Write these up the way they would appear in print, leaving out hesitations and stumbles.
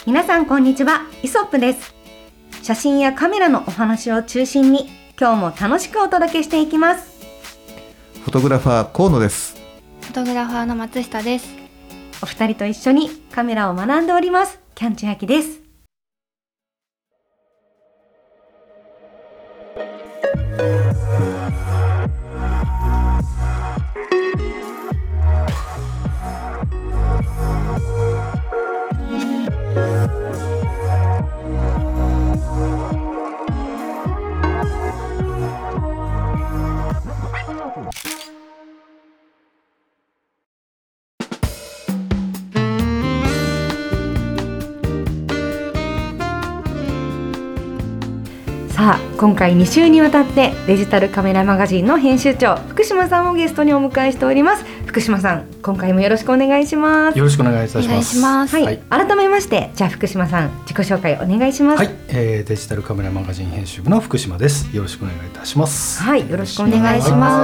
皆さんこんにちは、イソップです。写真やカメラのお話を中心に今日も楽しくお届けしていきます。 フォトグラファー河野です。 フォトグラファーの松下です。 お二人と一緒にカメラを学んでおりますキャン千秋です。さあ、今回2週にわたってデジタルカメラマガジンの編集長福島さんをゲストにお迎えしております。福島さん、今回もよろしくお願いします。 よろしくお願いいたします。 はい、改めましてじゃあ福島さん自己紹介お願いします。 はい、デジタルカメラマガジン編集部の福島です。よろしくお願いいたします。 はい、よろしくお願いします。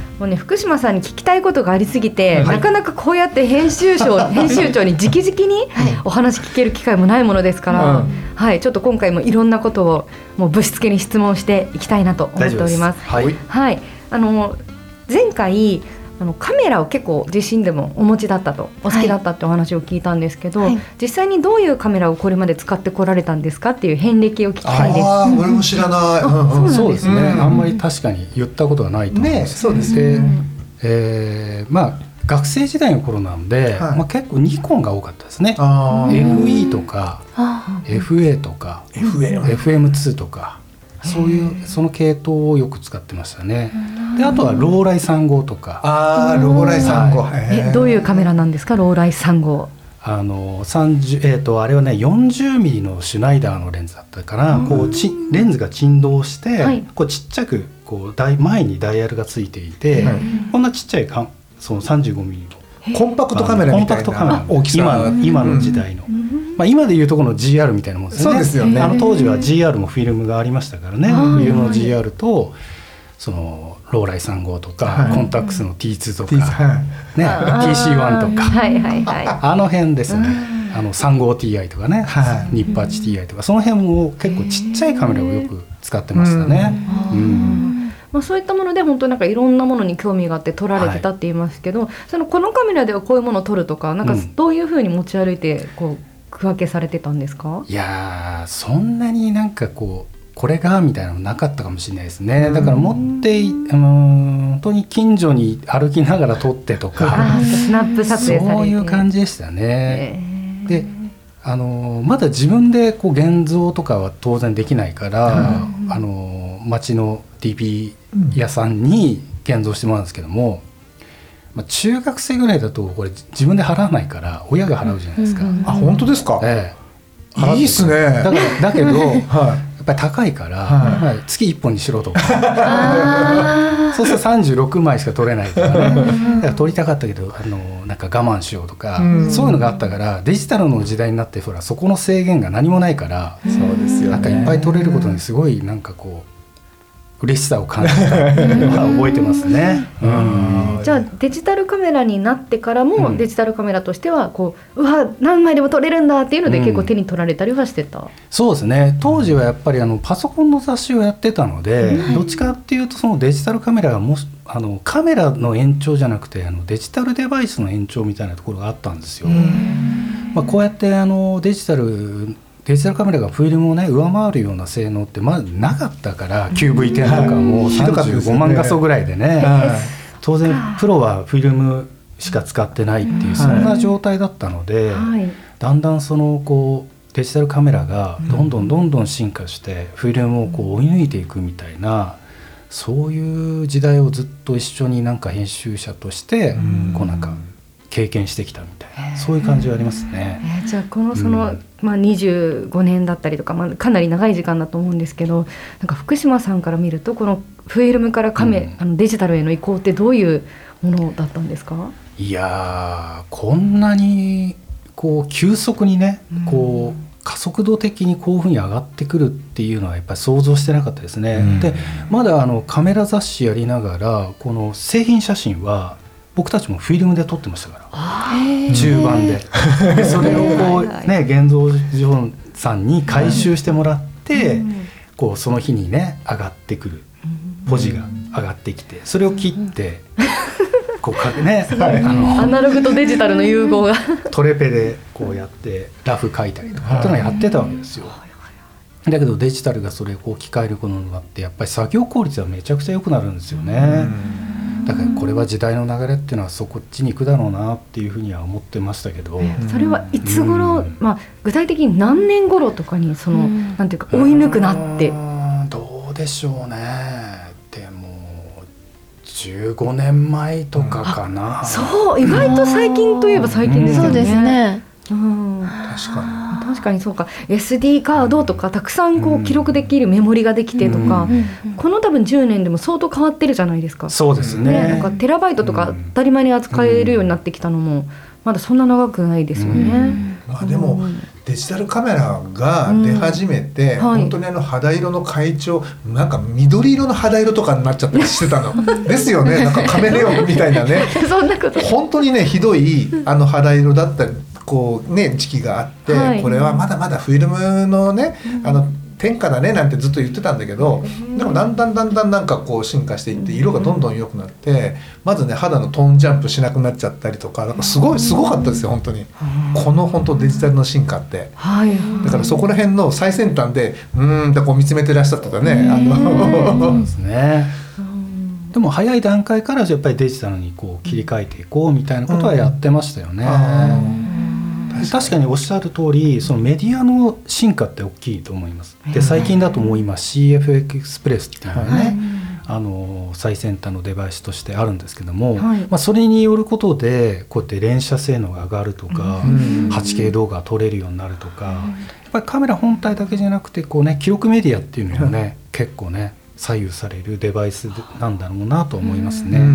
もうね、福島さんに聞きたいことがありすぎて、なかなかこうやって編集長に直々にお話聞ける機会もないものですから、はい、ちょっと今回もいろんなことをもうぶしつけに質問していきたいなと思っております。はい、はい、前回カメラを結構自身でもお持ちだったと、お好きだったってお話を聞いたんですけど、実際にどういうカメラをこれまで使ってこられたんですかっていう遍歴を聞きたいです。 俺も知らない。 そうですね、あんまり確かに言ったことがないと思います。 そうですね。学生時代の頃なんで、結構ニコンが多かったですね。FE とか FA とか FM2 とかそういうその系統をよく使ってましたね。で、あとはローライ35とか。 ローライ35、 どういうカメラなんですか、ローライ35。 あれはね 40mm のシュナイダーのレンズだったから、レンズが振動して、こうちっちゃくこう前にダイヤルがついていて、こんなちっちゃいその 35mm のコンパクトカメラみたいな大きさ、今の時代の、今でいうとこの GR みたいなもんですね。 そうですよね。 当時は GR もフィルムがありましたからね、冬の GR とそのローライ35とか、コンタックスの T2 とか、TC1 とか、あの辺ですね。35Ti とかね、ニッパーチ Ti とか、その辺も結構ちっちゃいカメラをよく使ってましたね。 そういったもので本当なんかいろんなものに興味があって撮られてたって言いますけど、このカメラではこういうものを撮るとか、なんかどういうふうに持ち歩いてこう区分けされてたんですか？ いやー、そんなになんかこれがみたいなのなかったかもしれないですね。だから持って本当に近所に歩きながら撮ってとかスナップ撮影されて、 そういう感じでしたね。で、まだ自分で現像とかは当然できないから、町の DP 屋さんに現像してもらうんですけども、中学生ぐらいだとこれ自分で払わないから親が払うじゃないですか。 本当ですか？いいっすね。 だけどやっぱり高いから、月1本にしろとかそうすると36枚しか取れないからね。だから取りたかったけどなんか我慢しようとか、そういうのがあったから、デジタルの時代になってそこの制限が何もないから、なんかいっぱい取れることにすごいなんか嬉しさを感じたのは覚えてますね。 じゃあデジタルカメラになってからも、デジタルカメラとしてはうわ何枚でも撮れるんだっていうので結構手に取られたりはしてた？ そうですね。当時はやっぱりパソコンの雑誌をやってたので、どっちかっていうとそのデジタルカメラがカメラの延長じゃなくてデジタルデバイスの延長みたいなところがあったんですよ。こうやってデジタルカメラがフィルムをね上回るような性能ってまだなかったから、QV10 とかも35万画素ぐらいでね、当然プロはフィルムしか使ってないっていう、そんな状態だったので、だんだんデジタルカメラがどんどん進化してフィルムを追い抜いていくみたいな、そういう時代をずっと一緒になんか編集者としてなんか経験してきたみたいな、そういう感じはありますね。 じゃあ25年だったりとか、かなり長い時間だと思うんですけど、なんか福島さんから見るとこのフィルムからデジタルへの移行ってどういうものだったんですか？ いやー、こんなに急速にね、加速度的にこういうふうに上がってくるっていうのはやっぱり想像してなかったですね。でまだカメラ雑誌やりながらこの製品写真は僕たちもフィルムで撮ってましたから中盤でそれをこうね現像所さんに回収してもらって、こうその日にね上がってくる文字が上がってきて、それを切ってこうねアナログとデジタルの融合がトレペでこうやってラフ書いたりとかっていうのをやってたわけですよ。だけどデジタルがそれを置き換えることになってやっぱり作業効率はめちゃくちゃ良くなるんですよね。だからこれは時代の流れっていうのはそっちに行くだろうなっていうふうには思ってましたけど、 それはいつ頃、具体的に何年頃とかにそのなんていうか追い抜くなってどうでしょうね。でも15年前とかかな。 そう意外と最近といえば最近ですよね。 そうですね。 確かにそうか。 SD カードとかたくさんこう記録できるメモリができてとか、この多分10年でも相当変わってるじゃないですか。 そうですね。 なんかテラバイトとか当たり前に扱えるようになってきたのもまだそんな長くないですよね。 でもデジタルカメラが出始めて、本当に肌色の階調なんか緑色の肌色とかになっちゃったりしてたのですよね。なんかカメレオンみたいなねそんなこと本当にねひどい肌色だったこうね時期があって、これはまだまだフィルムのね天下だねなんてずっと言ってたんだけど、でもだんだんなんかこう進化していって色がどんどん良くなって、まずね肌のトーンジャンプしなくなっちゃったりとか、なんかすごかったですよ本当に。この本当デジタルの進化って、だからそこら辺の最先端でってこう見つめてらっしゃってたね。 そうですね。でも早い段階からやっぱりデジタルにこう切り替えていこうみたいなことはやってましたよね。確かにおっしゃる通りそのメディアの進化って大きいと思います。で最近だともう今 CF エクスプレスっていうのがね、最先端のデバイスとしてあるんですけども、それによることでこうやって連写性能が上がるとか、8K 動画が撮れるようになるとか、やっぱりカメラ本体だけじゃなくてこう、記録メディアっていうのもね、結構ね左右されるデバイスなんだろうなと思いますね。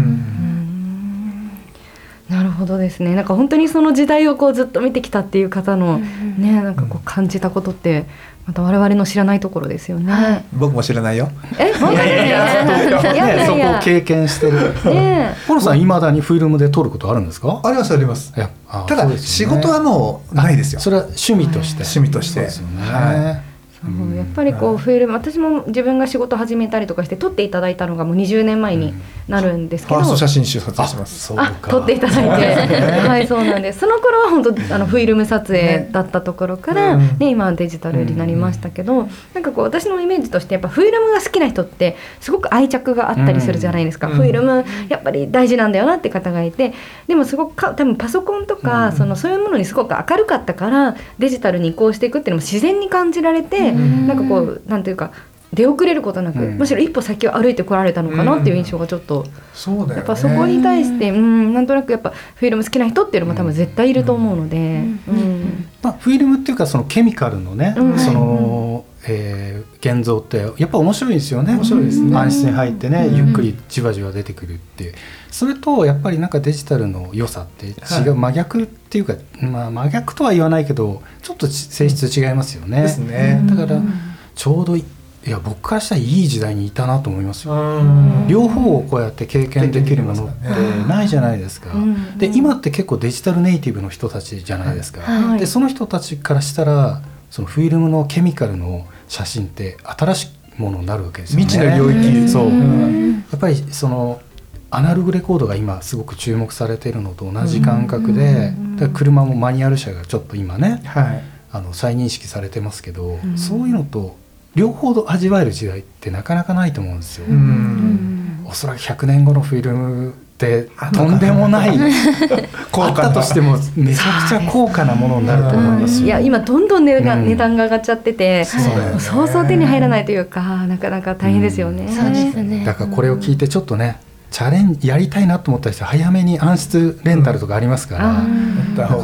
なるほどですね。なんか本当にその時代をこうずっと見てきたっていう方のね、なんかこう感じたことってまた我々の知らないところですよね。 僕も知らないよ。 本当ですか？ そこを経験してる。ポロさん未だにフィルムで撮ることあるんですか？ ありますあります。ただ仕事はもうないですよ。 それは趣味として。 趣味として。 そうですよね。 やっぱりこうフィルム、私も自分が仕事始めたりとかして撮っていただいたのがもう20年前になるんですけど、 ファースト写真集撮影してます。 撮っていただいてはいそうなんです。その頃は本当フィルム撮影だったところから、今はデジタルになりましたけど、なんかこう私のイメージとしてやっぱフィルムが好きな人ってすごく愛着があったりするじゃないですか。フィルムやっぱり大事なんだよなって方がいて、でもすごく多分パソコンとかそういうものにすごく明るかったからデジタルに移行していくっていうのも自然に感じられて、なんかこうなんていうか出遅れることなく、むしろ一歩先を歩いてこられたのかなっていう印象がちょっと、やっぱそこに対してなんとなくやっぱフィルム好きな人っていうのも多分絶対いると思うので、 フィルムっていうかそのケミカルのね、その現像ってやっぱ面白いですよね。面白いですね。暗室に入ってね、ゆっくりじわじわ出てくるっていう、それとやっぱりなんかデジタルの良さって違う、真逆っていうか、真逆とは言わないけどちょっと性質違いますよね。 ですね。 だからちょうど僕からしたらいい時代にいたなと思いますよ。両方をこうやって経験できるものってないじゃないですか。で今って結構デジタルネイティブの人たちじゃないですか。でその人たちからしたらそのフィルムのケミカルの写真って新しいものになるわけですよね。 未知の領域。 そう、やっぱりそのアナログレコードが今すごく注目されているのと同じ感覚で、車もマニュアル車がちょっと今ね、再認識されてますけど、そういうのと両方味わえる時代ってなかなかないと思うんですよ。おそらく100年後のフィルムってとんでもないあったとしてもめちゃくちゃ高価なものになると思いますよ。 いや今どんどん値段が上がっちゃってて、そうそう手に入らないというか、なかなか大変ですよね。 そうですね。 だからこれを聞いてちょっとねチャレンジやりたいなと思った人は早めに暗室レンタルとかありますから、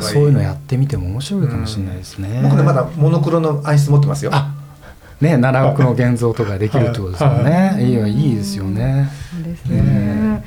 そういうのやってみても面白いかもしれないですね。 僕ねまだモノクロの暗室持ってますよ。 ね、7億の現像とかできるってことですよね。いいですよね。 そうですね。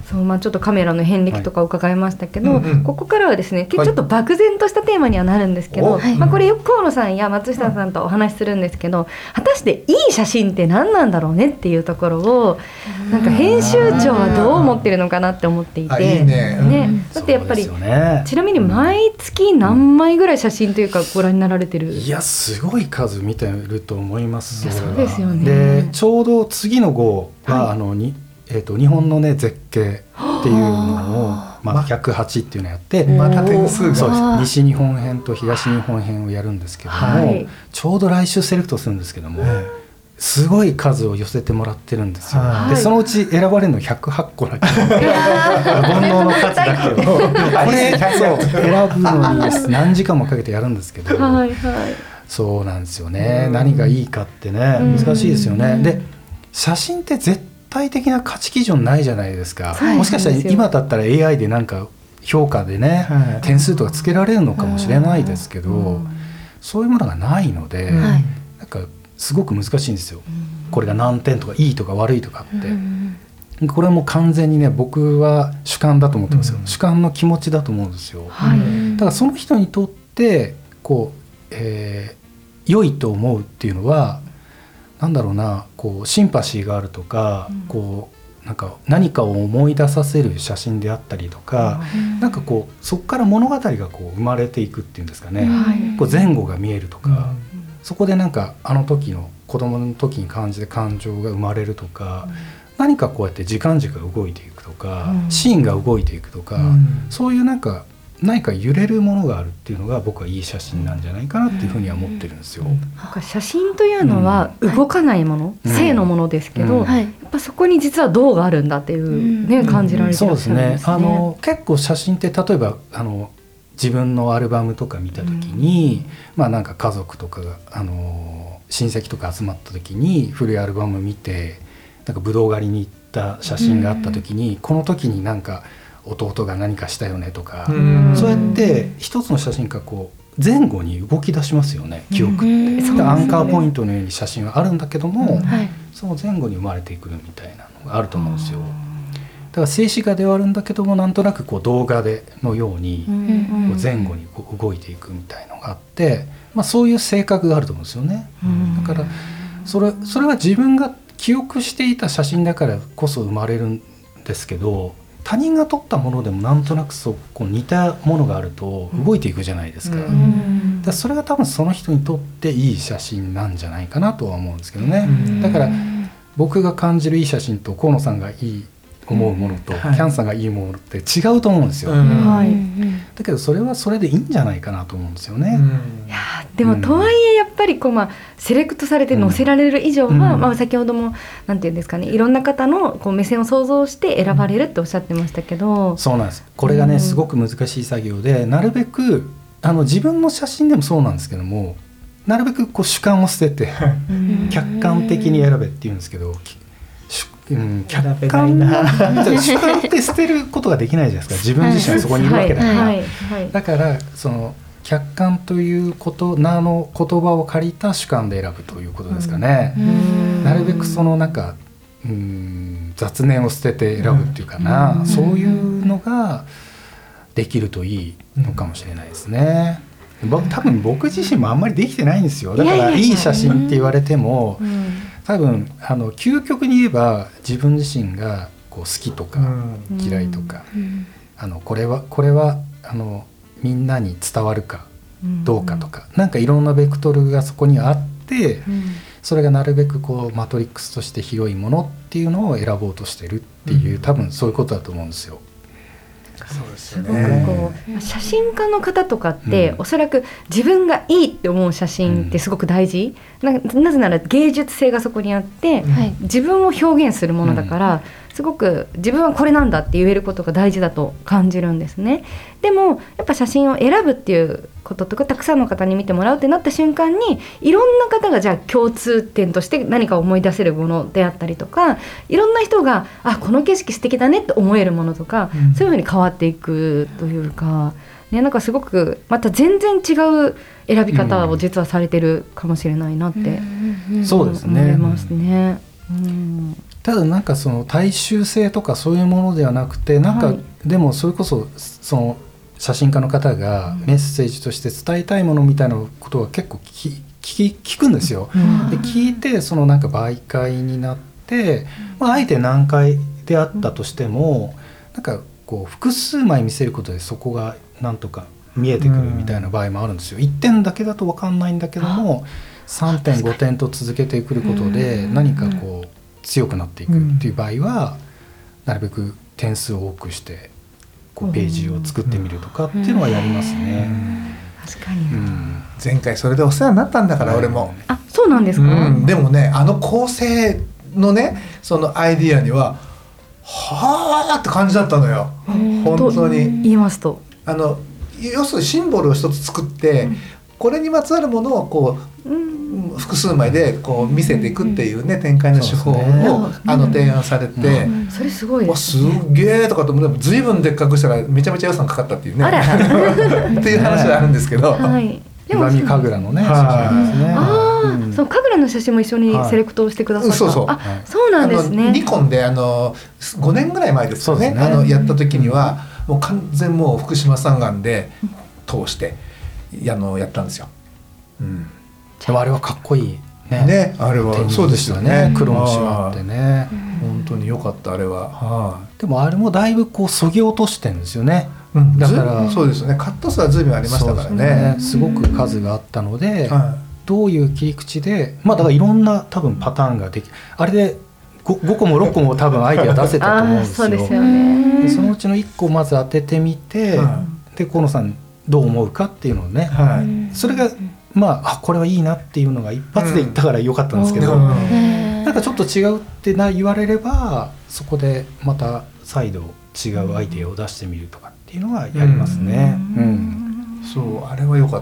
そう、ちょっとカメラの遍歴とか伺いましたけど、 はいうんうん、 ここからはですねちょっと漠然としたテーマにはなるんですけど、これよく河野さんや松下さんとお話しするんですけど、果たしていい写真って何なんだろうねっていうところをなんか編集長はどう思ってるのかなって思っていて、だってやっぱり、ちなみに毎月何枚ぐらい写真というかご覧になられてる？ いやすごい数見てると思います。 そうですよね。 でちょうど次の号は、日本のね絶景っていうのを、108っていうのをやって、 また点数がそうです。西日本編と東日本編をやるんですけども、ちょうど来週セレクトするんですけども、すごい数を寄せてもらってるんですよ。でそのうち選ばれるの108個だけ煩悩の数だけどこれ選ぶのに何時間もかけてやるんですけど、そうなんですよね。何がいいかってね難しいですよね。で写真って絶対的な価値基準ないじゃないですか。もしかしたら今だったら AI でなんか評価でね、点数とかつけられるのかもしれないですけど、そういうものがないので、なんかすごく難しいんですよ。これが何点とかいいとか悪いとかって、これはもう完全にね僕は主観だと思ってますよ。主観の気持ちだと思うんですよ。だからその人にとってこう、良いと思うっていうのはなんだろうな、こうシンパシーがあるとか、こうなんか何かを思い出させる写真であったりとか、なんかこうそこから物語がこう生まれていくっていうんですかね、こう前後が見えるとか、そこでなんかあの時の子供の時に感じて感情が生まれるとか、何かこうやって時間軸が動いていくとか、シーンが動いていくとか、そういうなんか何か揺れるものがあるっていうのが僕はいい写真なんじゃないかなっていうふうには思ってるんですよ。 なんか写真というのは動かないもの、静のものですけど、やっぱそこに実は動があるんだっていう、ね感じられてらっしゃるんですね。 結構写真って例えば自分のアルバムとか見た時に、なんか家族とかが親戚とか集まった時に古いアルバム見てなんかぶどう狩りに行った写真があった時に、この時になんか弟が何かしたよねとか、そうやって一つの写真がこう前後に動き出しますよね、記憶って。アンカーポイントのように写真はあるんだけども、その前後に生まれてくるみたいなのがあると思うんですよ。だから静止画ではあるんだけども、なんとなくこう動画のようにこう前後にこう動いていくみたいのがあって、そういう性格があると思うんですよね。だからそれは自分が記憶していた写真だからこそ生まれるんですけど、他人が撮ったものでもなんとなくこう似たものがあると動いていくじゃないですか。だからそれが多分その人にとっていい写真なんじゃないかなとは思うんですけどね。だから僕が感じるいい写真と河野さんがいい思うものと、キャンさんがいいものって違うと思うんですよ。だけどそれはそれでいいんじゃないかなと思うんですよね。 いやでもとはいえやっぱりこう、セレクトされて載せられる以上は、先ほどもなんていうんですかね、いろんな方のこう目線を想像して選ばれるっておっしゃってましたけど、 そうなんです。これがねすごく難しい作業で、なるべく自分の写真でもそうなんですけども、なるべくこう主観を捨てて客観的に選べっていうんですけど、客観主観って捨てることができないじゃないですか。自分自身はそこにいるわけだから。だからその客観という名の言葉を借りた主観で選ぶということですかね。なるべくそのなんか雑念を捨てて選ぶっていうかな、そういうのができるといいのかもしれないですね。多分僕自身もあんまりできてないんですよ。だからいい写真って言われても、多分究極に言えば自分自身がこう好きとか嫌いとか、これはみんなに伝わるかどうかとか、なんかいろんなベクトルがそこにあって、それがなるべくこうマトリックスとして広いものっていうのを選ぼうとしてるっていう、多分そういうことだと思うんですよ。 そうですよね。 こう写真家の方とかって、おそらく自分がいいって思う写真ってすごく大事、なぜなら芸術性がそこにあって、自分を表現するものだから、すごく自分はこれなんだって言えることが大事だと感じるんですね。でもやっぱ写真を選ぶっていうこととか、たくさんの方に見てもらうってなった瞬間に、いろんな方がじゃあ共通点として何か思い出せるものであったりとか、いろんな人がこの景色素敵だねって思えるものとか、そういうふうに変わっていくというか、なんかすごくまた全然違う選び方を実はされてるかもしれないなって、 そうですね。 思いますね。 ただなんかその大衆性とかそういうものではなくて、なんかでもそれこそその写真家の方がメッセージとして伝えたいものみたいなことは結構聞くんですよ。で聞いてそのなんか媒介になって、あえて難解であったとしても、なんかこう複数枚見せることでそこがなんとか見えてくるみたいな場合もあるんですよ。1点だけだと分かんないんだけども、3点5点と続けてくることで何かこう強くなっていくっていう場合は、なるべく点数を多くしてこうページを作ってみるとかっていうのはやりますね。 確かに、 前回それでお世話になったんだから、俺も。 あ、そうなんですか。 でもね、あの構成のね、そのアイディアにははあって感じだったのよ。本当に言いますと、 要するにシンボルを一つ作って、これにまつわるものをこう、複数枚でこう見せていくっていうね、展開の手法を提案されて、 それすごいですね。すげえとかとも随分でっかくしたらめちゃめちゃ予算かかったっていうねっていう話があるんですけど、 岩見神楽のね、写真ですね。 その神楽の写真も一緒にセレクトしてくださった。そうなんですね。 ニコンで5年ぐらい前ですよね、やった時にはもう完全もう福島三眼で通してやったんですよ。 でもあれはかっこいいね、あれはそうですよね。 黒の島ってね、 本当に良かった。あれはでもあれもだいぶこう削ぎ落としてるんですよね。 だからそうですよね、カット数は随分ありましたからね。 すごく数があったので、どういう切り口で、だからいろんな多分パターンができ、あれで 5個も6個も多分アイデア出せたと思うんですよ。 そうですよね。 でそのうちの1個まず当ててみて、で河野さんどう思うかっていうのをね、それがこれはいいなっていうのが一発で言ったから良かったんですけど、なんかちょっと違うって言われれば、そこでまた再度違うアイデアを出してみるとかっていうのはやりますね。 そう、あれは良かった。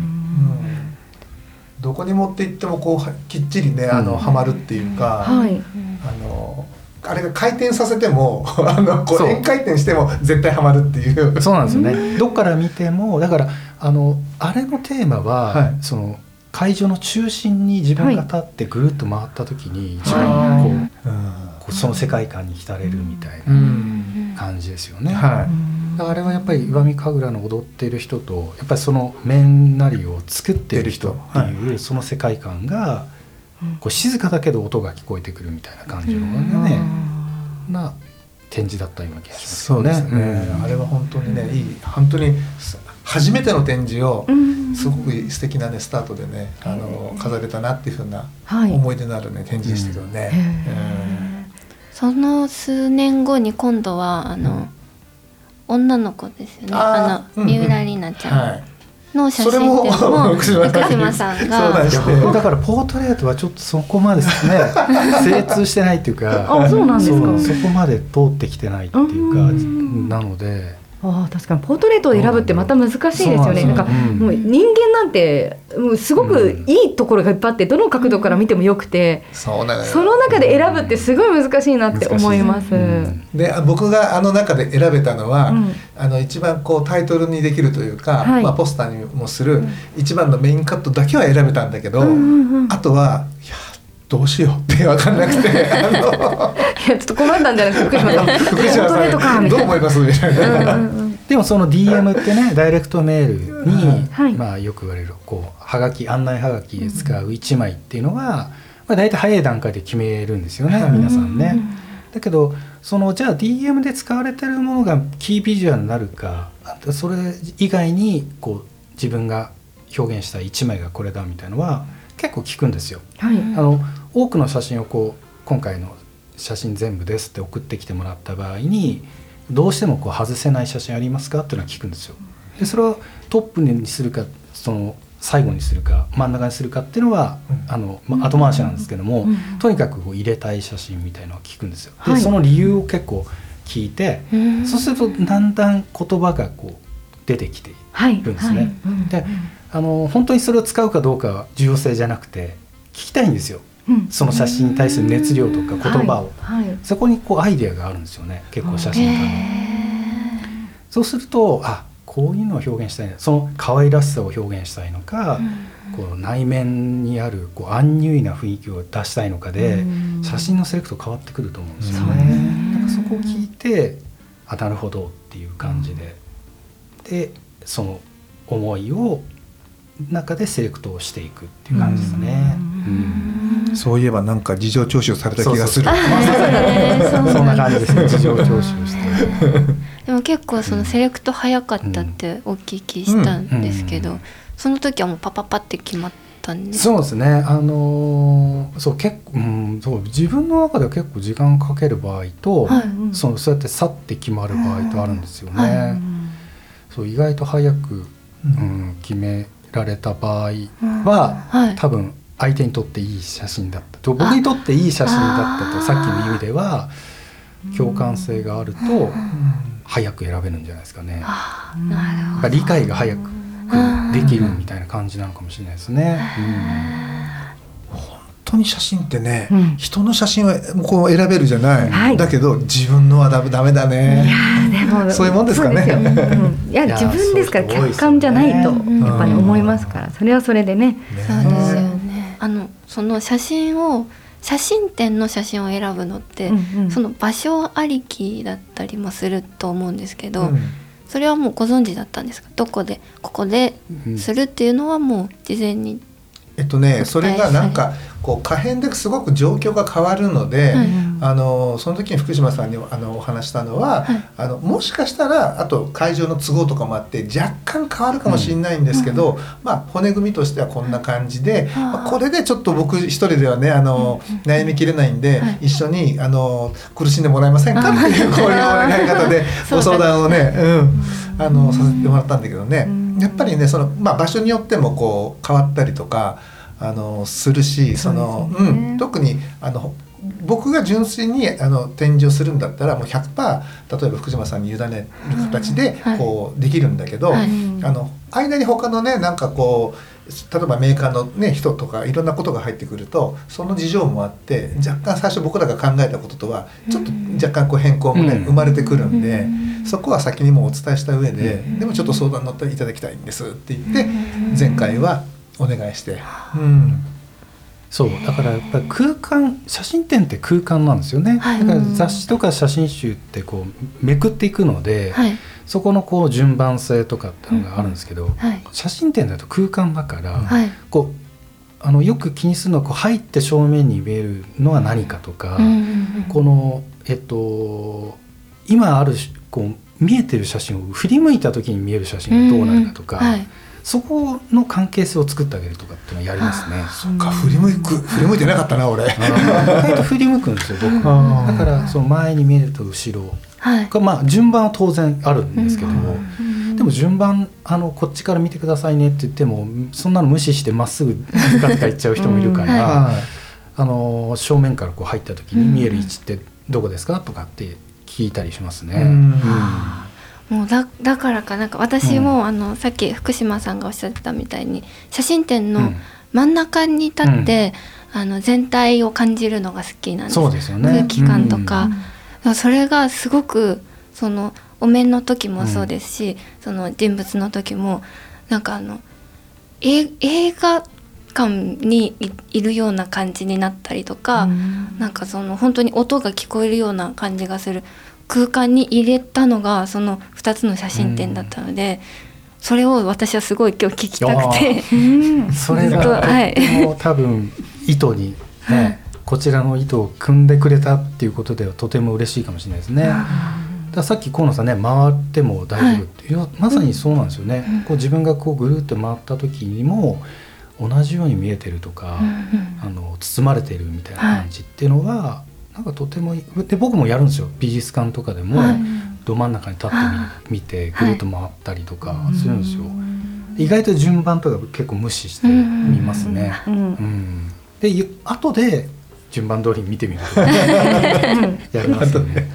どこに持って行ってもこうきっちりね、はまるっていうか、あれが回転させてもこう円回転しても絶対はまるっていう。 そうなんですよね。どっから見ても、だからあれのテーマは、その会場の中心に自分が立ってぐるっと回った時に一番こうその世界観に浸れるみたいな感じですよね。だからあれはやっぱり石見神楽の踊っている人と、やっぱりその面なりを作っている人っていうその世界観がこう静かだけど音が聞こえてくるみたいな感じのね、な展示だったような気がしますよね。 そうですね。あれは本当にね、いい、本当に初めての展示をすごく素敵なねスタートでね、飾れたなっていうふうな思い出のあるね展示でしたけどね。 その数年後に今度は女の子ですよね、三浦里奈ちゃんの写真展も福島さんがだからポートレートはちょっとそこまでですね精通してないっていうか、 そうなんですか。 そこまで通ってきてないっていうか、なので。 確かにポートレートを選ぶってまた難しいですよね。なんかもう人間なんてもうすごくいいところがいっぱいあって、どの角度から見てもよくて、その中で選ぶってすごい難しいなって思います。 で、僕が中で選べたのは、一番こうタイトルにできるというか、ポスターにもする一番のメインカットだけは選べたんだけど、あとはいやどうしようって分かんなくていやちょっと困ったんじゃないですか、福島さんどう思いますみたいな。 でもその DM ってね、ダイレクトメールに、よく言われるこうはがき、案内はがきで使う1枚っていうのは、大体早い段階で決めるんですよね、皆さんね。だけどじゃあ DM で使われてるものがキービジュアルになるか、それ以外にこう自分が表現した1枚がこれだみたいなのは結構聞くんですよ。多くの写真を今回の写真全部ですって送ってきてもらった場合に、どうしても外せない写真ありますかっていうのは聞くんですよ。でそれをトップにするか、その最後にするか真ん中にするかっていうのは後回しなんですけども、とにかく入れたい写真みたいなのを聞くんですよ。でその理由を結構聞いて、そうするとだんだん言葉が出てきているんですね。で本当にそれを使うかどうかは重要性じゃなくて、聞きたいんですよ。その写真に対する熱量とか言葉を、そこにアイデアがあるんですよね、結構写真家の。そうするとこういうのを表現したい、その可愛らしさを表現したいのか、内面にあるアンニュイな雰囲気を出したいのかで、 写真のセレクト変わってくると思うんですよね。だからそこを聞いてなるほどっていう感じで、でその思いを中でセレクトをしていくっていう感じですね。 そういえばなんか事情聴取された気がする。 そんな感じですね。事情聴取してでも結構そのセレクト早かったってお聞きしたんですけど、その時はもうパパパって決まったんですか？ そうですね。そう結構、そう自分の中では結構時間かける場合と、そうやってさって決まる場合とあるんですよね。そう意外と早く、決められた場合は、多分相手にとっていい写真だったと、僕にとっていい写真だったとさっきの意味では共感性があると早く選べるんじゃないですかね。理解が早くできるみたいな感じなのかもしれないですね。 本当に写真ってね、人の写真はこう選べるじゃない、だけど自分のはダメだね。 いやでもそういうもんですかね。 いや自分ですから客観じゃないとやっぱり思いますから、それはそれでね。 そうですよね。その写真展の写真を選ぶのって、その場所ありきだったりもすると思うんですけど、それはもうご存知だったんですか？ここでするっていうのはもう事前に。 それがなんかこう可変ですごく状況が変わるので、その時に福島さんにお話したのは、もしかしたらあと会場の都合とかもあって若干変わるかもしれないんですけど、骨組みとしてはこんな感じで、これでちょっと僕一人ではね悩みきれないんで、一緒に苦しんでもらえませんかっていうこういうお願い方でご相談をね、させてもらったんだけどね、やっぱりね場所によってもこう変わったりとかするし、特に僕が純粋に展示をするんだったらもう 100% 例えば福島さんに委ねる形でこうできるんだけど、間に他のねなんかこう例えばメーカーの、ね、人とかいろんなことが入ってくるとその事情もあって若干最初僕らが考えたこととはちょっと若干こう変更もね、生まれてくるんで、そこは先にもうお伝えした上で、でもちょっと相談乗っていただきたいんですって言って前回はお願いして、 そうだからやっぱり写真展って空間なんですよね。だから雑誌とか写真集ってこうめくっていくので、そこのこう順番性とかっていうのがあるんですけど、写真展だと空間だから、こうよく気にするのはこう入って正面に見えるのは何かとか、この今あるこう見えてる写真を振り向いた時に見える写真がどうなるかとか、そこの関係性を作ってあげるとかっていうのをやりますね。 そうか、振り向いてなかったな俺。意外と振り向くんですよ僕。だからその前に見えると後ろが、順番は当然あるんですけども、でも順番こっちから見てくださいねって言ってもそんなの無視してまっすぐガツガツ行っちゃう人もいるから、正面からこう入った時に見える位置ってどこですかとかって聞いたりしますね。 もうだからかなんか私も、さっき福島さんがおっしゃってたみたいに写真展の真ん中に立って、全体を感じるのが好きなんです。 そうですよね。 空気感とか、それがすごくそのお面の時もそうですし、その人物の時もなんか映画館にいるような感じになったりとか、なんかその本当に音が聞こえるような感じがする空間に入れたのがその2つの写真展だったので、それを私はすごい今日聞きたくてそれが多分意図に、こちらの意図を組んでくれたっていうことではとても嬉しいかもしれないですね。だからさっき河野さんね回っても大丈夫って、まさにそうなんですよね。こう自分がこうぐるっと回った時にも同じように見えてるとか、包まれてるみたいな感じっていうのは、なんかとてもいい。で僕もやるんですよ。美術館とかでも、ど真ん中に立って見てぐるっと回ったりとかするんですよ。意外と順番とか結構無視して見ますね。で後で順番通りに見てみるとやりますよね。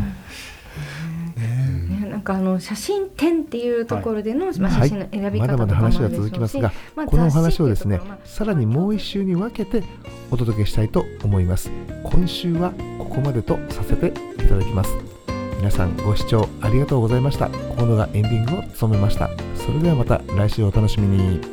なんか写真展っていうところでの写真の選び方とかもあるでしょうし、 まだまだ話は続きますが、このお話をですね、さらにもう一週に分けてお届けしたいと思います。今週はここまでとさせていただきます。皆さんご視聴ありがとうございました。河野がエンディングを務めました。それではまた来週お楽しみに。